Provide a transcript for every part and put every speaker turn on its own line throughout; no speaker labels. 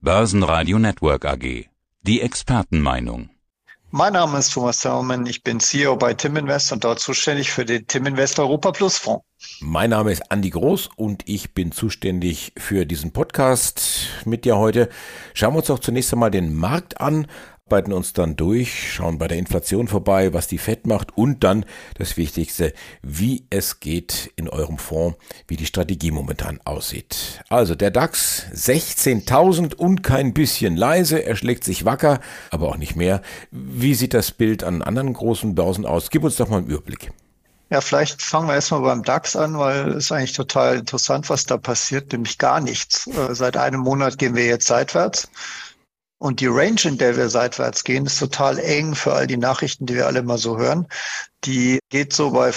Börsenradio Network AG. Die Expertenmeinung.
Mein Name ist Thomas Zimmermann, ich bin CEO bei Timinvest und dort zuständig für den Timinvest Europa Plus Fonds.
Mein Name ist Andi Groß und ich bin zuständig für diesen Podcast mit dir heute. Schauen wir uns doch zunächst einmal den Markt an, arbeiten uns dann durch, schauen bei der Inflation vorbei, was die FED macht und dann das Wichtigste, wie es geht in eurem Fonds, wie die Strategie momentan aussieht. Also der DAX 16.000 und kein bisschen leise, er schlägt sich wacker, aber auch nicht mehr. Wie sieht das Bild an anderen großen Börsen aus? Gib uns doch mal einen Überblick.
Ja, vielleicht fangen wir erstmal beim DAX an, weil es ist eigentlich total interessant, was da passiert, nämlich gar nichts. Seit einem Monat gehen wir jetzt seitwärts. Und die Range, in der wir seitwärts gehen, ist total eng für all die Nachrichten, die wir alle mal so hören. Die geht so bei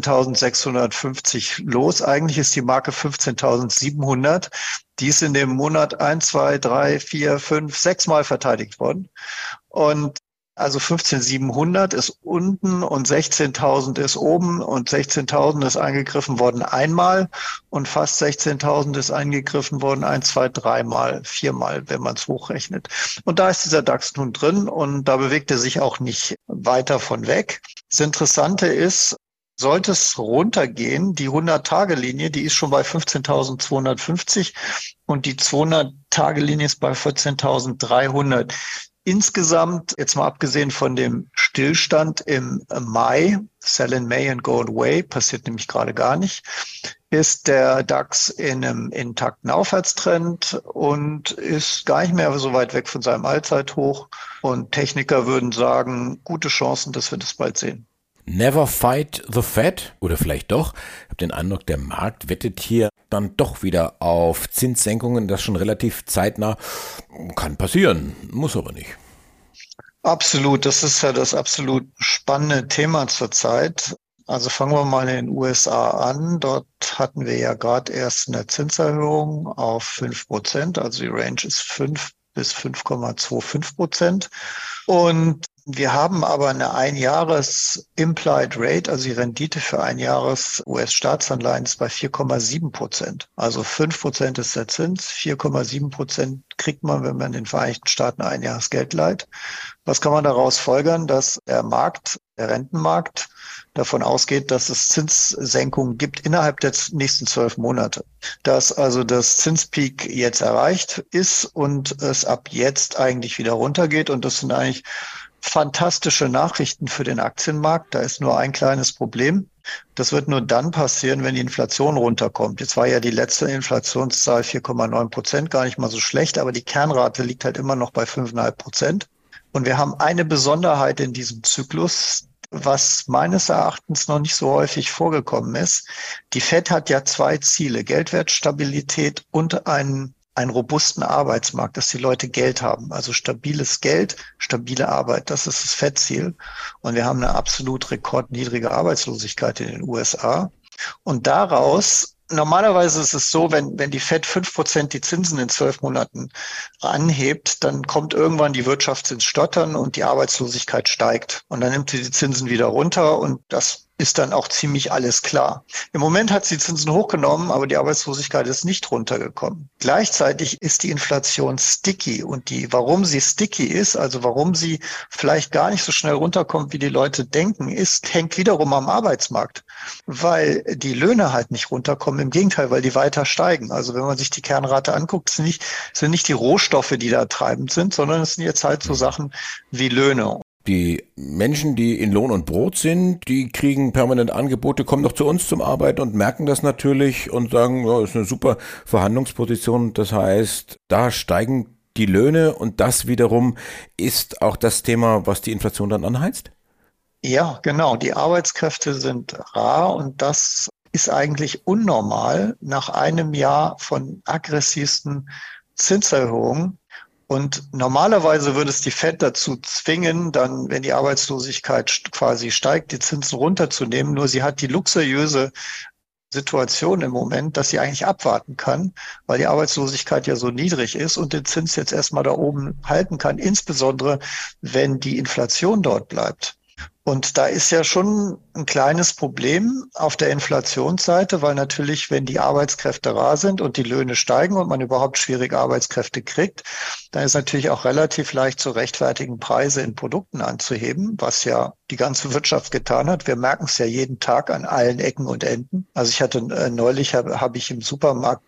15.650 los. Eigentlich ist die Marke 15.700. Die ist in dem Monat 1, 2, 3, 4, 5, 6 Mal verteidigt worden. Und also 15.700 ist unten und 16.000 ist oben und 16.000 ist eingegriffen worden einmal und fast 16.000 ist eingegriffen worden 1, 2, 3 Mal, 4 Mal, wenn man es hochrechnet. Und da ist dieser DAX nun drin und da bewegt er sich auch nicht weiter von weg. Das Interessante ist, sollte es runtergehen, die 100-Tage-Linie, die ist schon bei 15.250 und die 200-Tage-Linie ist bei 14.300. Insgesamt, jetzt mal abgesehen von dem Stillstand im Mai, Sell in May and Go Away, passiert nämlich gerade gar nicht, ist der DAX in einem intakten Aufwärtstrend und ist gar nicht mehr so weit weg von seinem Allzeithoch. Und Techniker würden sagen, gute Chancen, dass wir das bald sehen.
Never fight the Fed, oder vielleicht doch. Ich habe den Eindruck, der Markt wettet hier dann doch wieder auf Zinssenkungen, das schon relativ zeitnah. Kann passieren, muss aber nicht.
Absolut, das ist ja das absolut spannende Thema zurzeit. Also fangen wir mal in den USA an. Dort hatten wir ja gerade erst eine Zinserhöhung auf 5%, also die Range ist 5 bis 5,25%. Und wir haben aber eine Einjahres-Implied Rate, also die Rendite für Einjahres US-Staatsanleihen ist bei 4,7%. Also 5% ist der Zins, 4,7% kriegt man, wenn man in den Vereinigten Staaten Einjahresgeld leiht. Was kann man daraus folgern? Dass der Markt, der Rentenmarkt, davon ausgeht, dass es Zinssenkungen gibt innerhalb der nächsten 12 Monate. Dass also das Zinspeak jetzt erreicht ist und es ab jetzt eigentlich wieder runtergeht. Und das sind eigentlich fantastische Nachrichten für den Aktienmarkt. Da ist nur ein kleines Problem. Das wird nur dann passieren, wenn die Inflation runterkommt. Jetzt war ja die letzte Inflationszahl 4,9%, gar nicht mal so schlecht, aber die Kernrate liegt halt immer noch bei 5,5%. Und wir haben eine Besonderheit in diesem Zyklus, was meines Erachtens noch nicht so häufig vorgekommen ist. Die FED hat ja 2 Ziele, Geldwertstabilität und einen robusten Arbeitsmarkt, dass die Leute Geld haben. Also stabiles Geld, stabile Arbeit, das ist das FED-Ziel. Und wir haben eine absolut rekordniedrige Arbeitslosigkeit in den USA. Und daraus, normalerweise ist es so, wenn die FED 5% die Zinsen in 12 Monaten anhebt, dann kommt irgendwann die Wirtschaft ins Stottern und die Arbeitslosigkeit steigt. Und dann nimmt sie die Zinsen wieder runter und das ist dann auch ziemlich alles klar. Im Moment hat sie die Zinsen hochgenommen, aber die Arbeitslosigkeit ist nicht runtergekommen. Gleichzeitig ist die Inflation sticky und warum sie sticky ist, also warum sie vielleicht gar nicht so schnell runterkommt, wie die Leute denken, hängt wiederum am Arbeitsmarkt, weil die Löhne halt nicht runterkommen. Im Gegenteil, weil die weiter steigen. Also wenn man sich die Kernrate anguckt, sind nicht die Rohstoffe, die da treibend sind, sondern es sind jetzt halt so Sachen wie Löhne.
Die Menschen, die in Lohn und Brot sind, die kriegen permanent Angebote, kommen doch zu uns zum Arbeiten und merken das natürlich und sagen, ja, ist eine super Verhandlungsposition. Das heißt, da steigen die Löhne und das wiederum ist auch das Thema, was die Inflation dann anheizt?
Ja, genau. Die Arbeitskräfte sind rar und das ist eigentlich unnormal nach einem Jahr von aggressivsten Zinserhöhungen. Und normalerweise würde es die FED dazu zwingen, dann, wenn die Arbeitslosigkeit quasi steigt, die Zinsen runterzunehmen. Nur sie hat die luxuriöse Situation im Moment, dass sie eigentlich abwarten kann, weil die Arbeitslosigkeit ja so niedrig ist und den Zins jetzt erstmal da oben halten kann, insbesondere wenn die Inflation dort bleibt. Und da ist ja schon ein kleines Problem auf der Inflationsseite, weil natürlich, wenn die Arbeitskräfte rar sind und die Löhne steigen und man überhaupt schwierig Arbeitskräfte kriegt, dann ist natürlich auch relativ leicht zu rechtfertigen, Preise in Produkten anzuheben, was ja die ganze Wirtschaft getan hat. Wir merken es ja jeden Tag an allen Ecken und Enden. Also ich hatte neulich habe ich im Supermarkt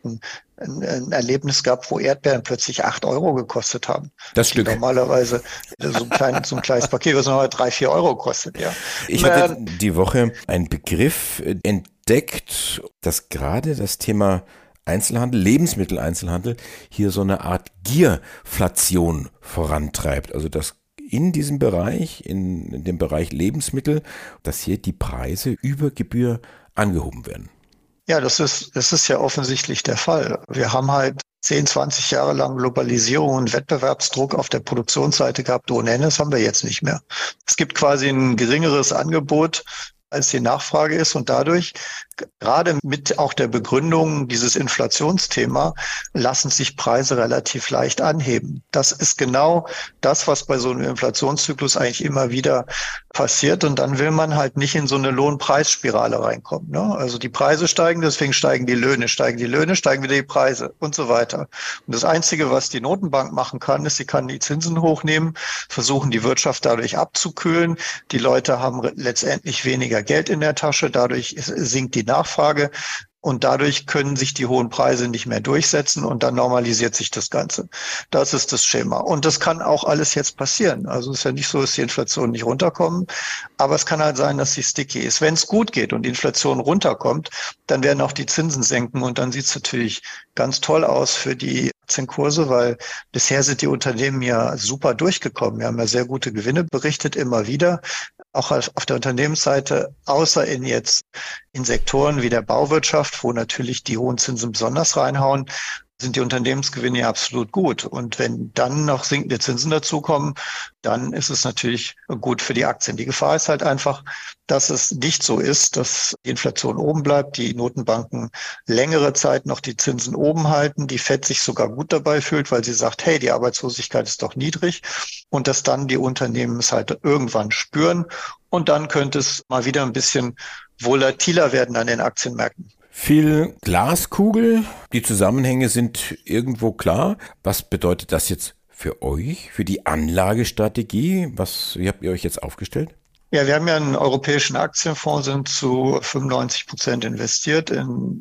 ein Erlebnis gehabt, wo Erdbeeren plötzlich 8 € gekostet haben.
Das Stück.
Normalerweise so ein kleines Paket, was nochmal 3-4 € kostet, ja.
Ich hatte die Woche einen Begriff entdeckt, dass gerade das Thema Einzelhandel, Lebensmitteleinzelhandel, hier so eine Art Gierflation vorantreibt. Also dass in diesem Bereich, in dem Bereich Lebensmittel, dass hier die Preise über Gebühr angehoben werden.
Ja, das ist ja offensichtlich der Fall. Wir haben halt 10, 20 Jahre lang Globalisierung und Wettbewerbsdruck auf der Produktionsseite gehabt ohne Ende. Das haben wir jetzt nicht mehr. Es gibt quasi ein geringeres Angebot, als die Nachfrage ist, und dadurch, gerade mit auch der Begründung dieses Inflationsthema, lassen sich Preise relativ leicht anheben. Das ist genau das, was bei so einem Inflationszyklus eigentlich immer wieder passiert, und dann will man halt nicht in so eine Lohnpreisspirale reinkommen, ne? Also die Preise steigen, deswegen steigen die Löhne, steigen wieder die Preise und so weiter. Und das Einzige, was die Notenbank machen kann, ist, sie kann die Zinsen hochnehmen, versuchen die Wirtschaft dadurch abzukühlen. Die Leute haben letztendlich weniger Geld in der Tasche, dadurch sinkt die Nachfrage und dadurch können sich die hohen Preise nicht mehr durchsetzen und dann normalisiert sich das Ganze. Das ist das Schema. Und das kann auch alles jetzt passieren. Also es ist ja nicht so, dass die Inflation nicht runterkommt, aber es kann halt sein, dass sie sticky ist. Wenn es gut geht und die Inflation runterkommt, dann werden auch die Zinsen senken und dann sieht es natürlich ganz toll aus für die Aktienkurse, weil bisher sind die Unternehmen ja super durchgekommen. Wir haben ja sehr gute Gewinne berichtet, immer wieder. Auch auf der Unternehmensseite, außer in Sektoren wie der Bauwirtschaft, wo natürlich die hohen Zinsen besonders reinhauen, sind die Unternehmensgewinne ja absolut gut. Und wenn dann noch sinkende Zinsen dazukommen, dann ist es natürlich gut für die Aktien. Die Gefahr ist halt einfach, dass es nicht so ist, dass die Inflation oben bleibt, die Notenbanken längere Zeit noch die Zinsen oben halten, die FED sich sogar gut dabei fühlt, weil sie sagt, hey, die Arbeitslosigkeit ist doch niedrig, und dass dann die Unternehmen es halt irgendwann spüren und dann könnte es mal wieder ein bisschen volatiler werden an den Aktienmärkten.
Viel Glaskugel, die Zusammenhänge sind irgendwo klar. Was bedeutet das jetzt für euch, für die Anlagestrategie? Wie habt ihr euch jetzt aufgestellt?
Ja, wir haben ja einen europäischen Aktienfonds, sind zu 95% investiert in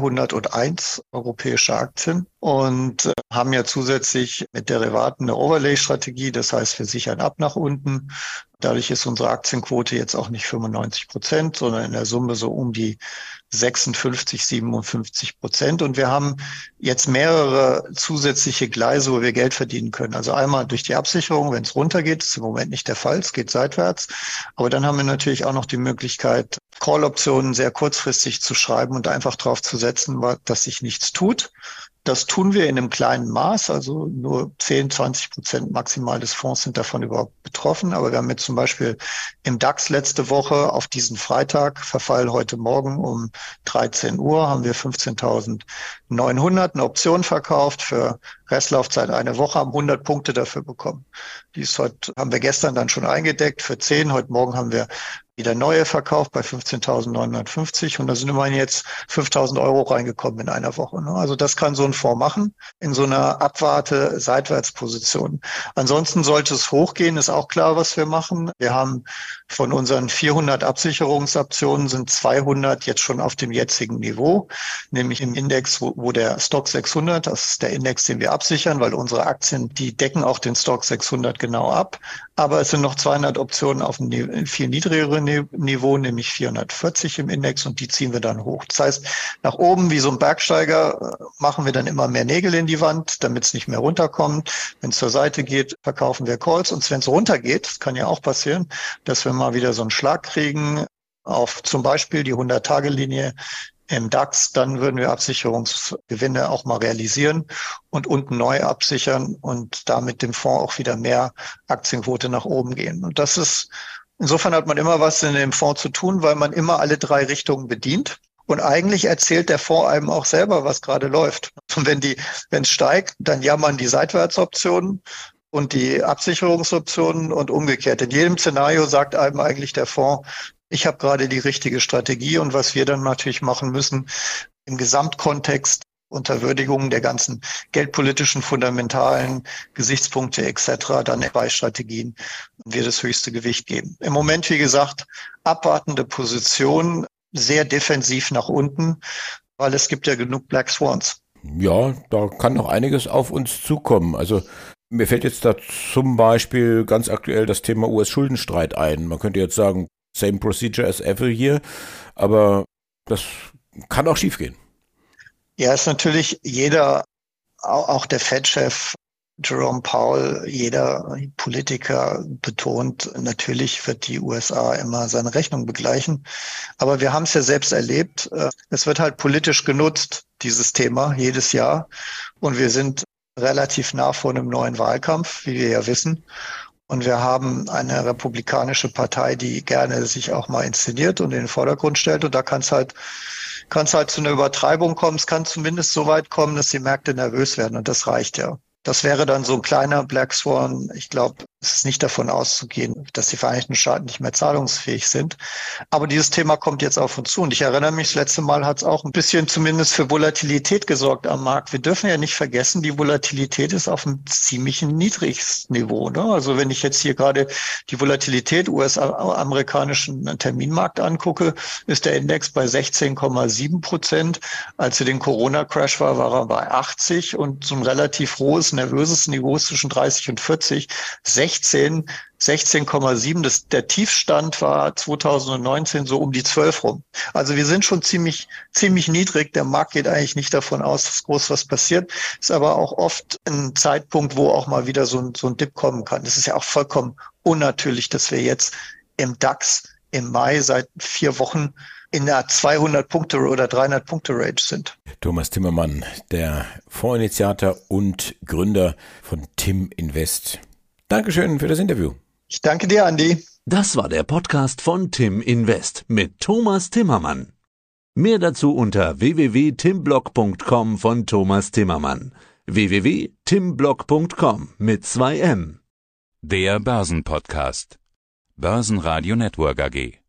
301 europäische Aktien und haben ja zusätzlich mit Derivaten eine Overlay-Strategie. Das heißt, wir sichern ab nach unten. Dadurch ist unsere Aktienquote jetzt auch nicht 95%, sondern in der Summe so um die 56, 57%. Und wir haben jetzt mehrere zusätzliche Gleise, wo wir Geld verdienen können. Also einmal durch die Absicherung, wenn es runtergeht, ist im Moment nicht der Fall, es geht seitwärts. Aber dann haben wir natürlich auch noch die Möglichkeit, Call-Optionen sehr kurzfristig zu schreiben und einfach darauf zu setzen, dass sich nichts tut. Das tun wir in einem kleinen Maß, also nur 10, 20% maximal des Fonds sind davon überhaupt betroffen. Aber wir haben jetzt zum Beispiel im DAX letzte Woche auf diesen Freitag, Verfall heute Morgen um 13 Uhr, haben wir 15.900 eine Option verkauft für Restlaufzeit eine Woche, haben 100 Punkte dafür bekommen. Haben wir gestern dann schon eingedeckt für 10. Heute Morgen haben wir wieder neue verkauft bei 15.950 und da sind immerhin jetzt 5.000 € reingekommen in einer Woche. Also das kann so ein Fonds machen in so einer Abwarte-Seitwärtsposition. Ansonsten sollte es hochgehen, ist auch klar, was wir machen. Wir haben von unseren 400 Absicherungsoptionen sind 200 jetzt schon auf dem jetzigen Niveau, nämlich im Index, wo der Stock 600, das ist der Index, den wir absichern, weil unsere Aktien, die decken auch den Stock 600 genau ab. Aber es sind noch 200 Optionen auf einem viel niedrigeren Niveau, nämlich 440 im Index, und die ziehen wir dann hoch. Das heißt, nach oben wie so ein Bergsteiger machen wir dann immer mehr Nägel in die Wand, damit es nicht mehr runterkommt. Wenn es zur Seite geht, verkaufen wir Calls, und wenn es runtergeht, das kann ja auch passieren, dass wir mal wieder so einen Schlag kriegen auf zum Beispiel die 100-Tage-Linie im DAX, dann würden wir Absicherungsgewinne auch mal realisieren und unten neu absichern und damit dem Fonds auch wieder mehr Aktienquote nach oben gehen. Und insofern hat man immer was in dem Fonds zu tun, weil man immer alle drei Richtungen bedient. Und eigentlich erzählt der Fonds einem auch selber, was gerade läuft. Und wenn es steigt, dann jammern die Seitwärtsoptionen. und die Absicherungsoptionen und umgekehrt. In jedem Szenario sagt einem eigentlich der Fonds, ich habe gerade die richtige Strategie, und was wir dann natürlich machen müssen, im Gesamtkontext unter Würdigung der ganzen geldpolitischen fundamentalen Gesichtspunkte etc. dann bei Strategien wir das höchste Gewicht geben. Im Moment, wie gesagt, abwartende Position, sehr defensiv nach unten, weil es gibt ja genug Black Swans.
Ja, da kann noch einiges auf uns zukommen. Also mir fällt jetzt da zum Beispiel ganz aktuell das Thema US-Schuldenstreit ein. Man könnte jetzt sagen, same procedure as ever hier, aber das kann auch schiefgehen.
Ja, ist natürlich jeder, auch der Fed-Chef Jerome Powell, jeder Politiker betont, natürlich wird die USA immer seine Rechnung begleichen. Aber wir haben es ja selbst erlebt. Es wird halt politisch genutzt, dieses Thema, jedes Jahr. Und wir sind relativ nah vor einem neuen Wahlkampf, wie wir ja wissen. Und wir haben eine republikanische Partei, die gerne sich auch mal inszeniert und in den Vordergrund stellt. Und da kann es halt zu einer Übertreibung kommen. Es kann zumindest so weit kommen, dass die Märkte nervös werden. Und das reicht ja. Das wäre dann so ein kleiner Black Swan. Ich glaube, es ist nicht davon auszugehen, dass die Vereinigten Staaten nicht mehr zahlungsfähig sind. Aber dieses Thema kommt jetzt auf uns zu. Und ich erinnere mich, das letzte Mal hat es auch ein bisschen zumindest für Volatilität gesorgt am Markt. Wir dürfen ja nicht vergessen, die Volatilität ist auf einem ziemlichen niedrigsten Niveau. Ne? Also wenn ich jetzt hier gerade die Volatilität US-amerikanischen Terminmarkt angucke, ist der Index bei 16,7%. Als er den Corona-Crash war er bei 80 und so ein relativ hohes, nervöses Niveau zwischen 30 und 40. 16,7. Der Tiefstand war 2019 so um die 12 rum. Also wir sind schon ziemlich niedrig. Der Markt geht eigentlich nicht davon aus, dass groß was passiert. Ist aber auch oft ein Zeitpunkt, wo auch mal wieder so ein Dip kommen kann. Es ist ja auch vollkommen unnatürlich, dass wir jetzt im DAX im Mai seit 4 Wochen in der 200-Punkte- oder 300-Punkte-Range sind.
Thomas Timmermann, der Fondsinitiator und Gründer von Tim Invest. Dankeschön für das Interview.
Ich danke dir, Andi.
Das war der Podcast von Tim Invest mit Thomas Timmermann. Mehr dazu unter www.timblock.com von Thomas Timmermann. www.timblock.com mit 2 M.
Der Börsenpodcast. Börsenradio Network AG.